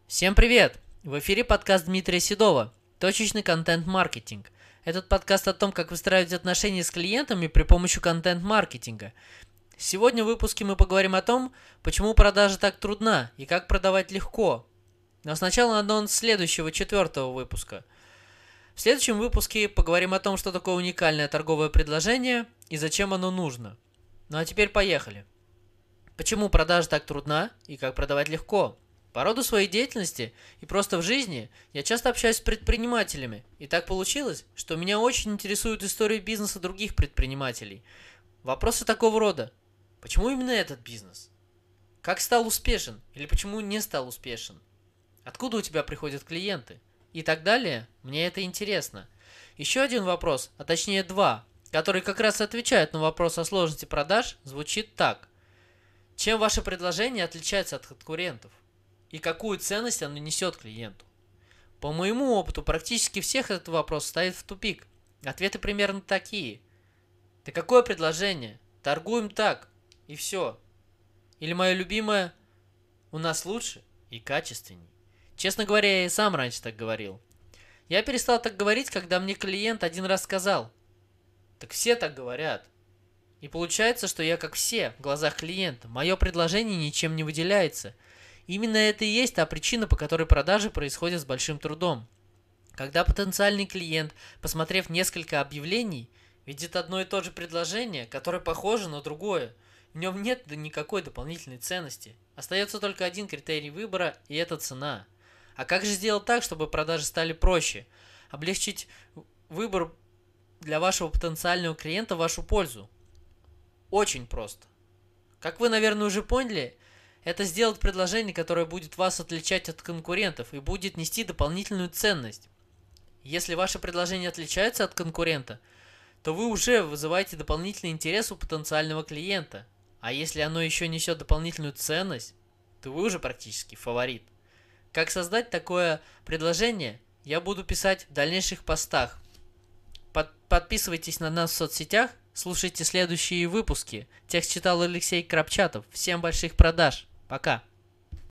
Всем привет! В эфире подкаст Дмитрия Седова «Точечный контент-маркетинг». Этот подкаст о том, как выстраивать отношения с клиентами при помощи контент-маркетинга. Сегодня в выпуске мы поговорим о том, почему продажа так трудна и как продавать легко. Но сначала анонс следующего, 4-го выпуска. В следующем выпуске поговорим о том, что такое уникальное торговое предложение и зачем оно нужно. Ну а теперь поехали. Почему продажа так трудна и как продавать легко? По роду своей деятельности и просто в жизни я часто общаюсь с предпринимателями, и так получилось, что меня очень интересуют истории бизнеса других предпринимателей. Вопросы такого рода. Почему именно этот бизнес? Как стал успешен или почему не стал успешен? Откуда у тебя приходят клиенты? И так далее. Мне это интересно. Еще один вопрос, а точнее два, который как раз отвечает на вопрос о сложности продаж, звучит так. Чем ваше предложение отличается от конкурентов? И какую ценность оно несет клиенту? По моему опыту, практически всех этот вопрос ставит в тупик. Ответы примерно такие. Да какое предложение? Торгуем так, и все. Или мое любимое, у нас лучше и качественней. Честно говоря, я и сам раньше так говорил. Я перестал так говорить, когда мне клиент один раз сказал: так все так говорят. И получается, что я как все в глазах клиента. Мое предложение ничем не выделяется. Именно это и есть та причина, по которой продажи происходят с большим трудом. Когда потенциальный клиент, посмотрев несколько объявлений, видит одно и то же предложение, которое похоже на другое, в нем нет никакой дополнительной ценности. Остается только один критерий выбора, и это цена. А как же сделать так, чтобы продажи стали проще? Облегчить выбор для вашего потенциального клиента в вашу пользу? Очень просто. Как вы, наверное, уже поняли, это сделать предложение, которое будет вас отличать от конкурентов и будет нести дополнительную ценность. Если ваше предложение отличается от конкурента, то вы уже вызываете дополнительный интерес у потенциального клиента. А если оно еще несет дополнительную ценность, то вы уже практически фаворит. Как создать такое предложение, я буду писать в дальнейших постах. Подписывайтесь на нас в соцсетях, слушайте следующие выпуски. Текст читал Алексей Крапчатов. Всем больших продаж. Пока.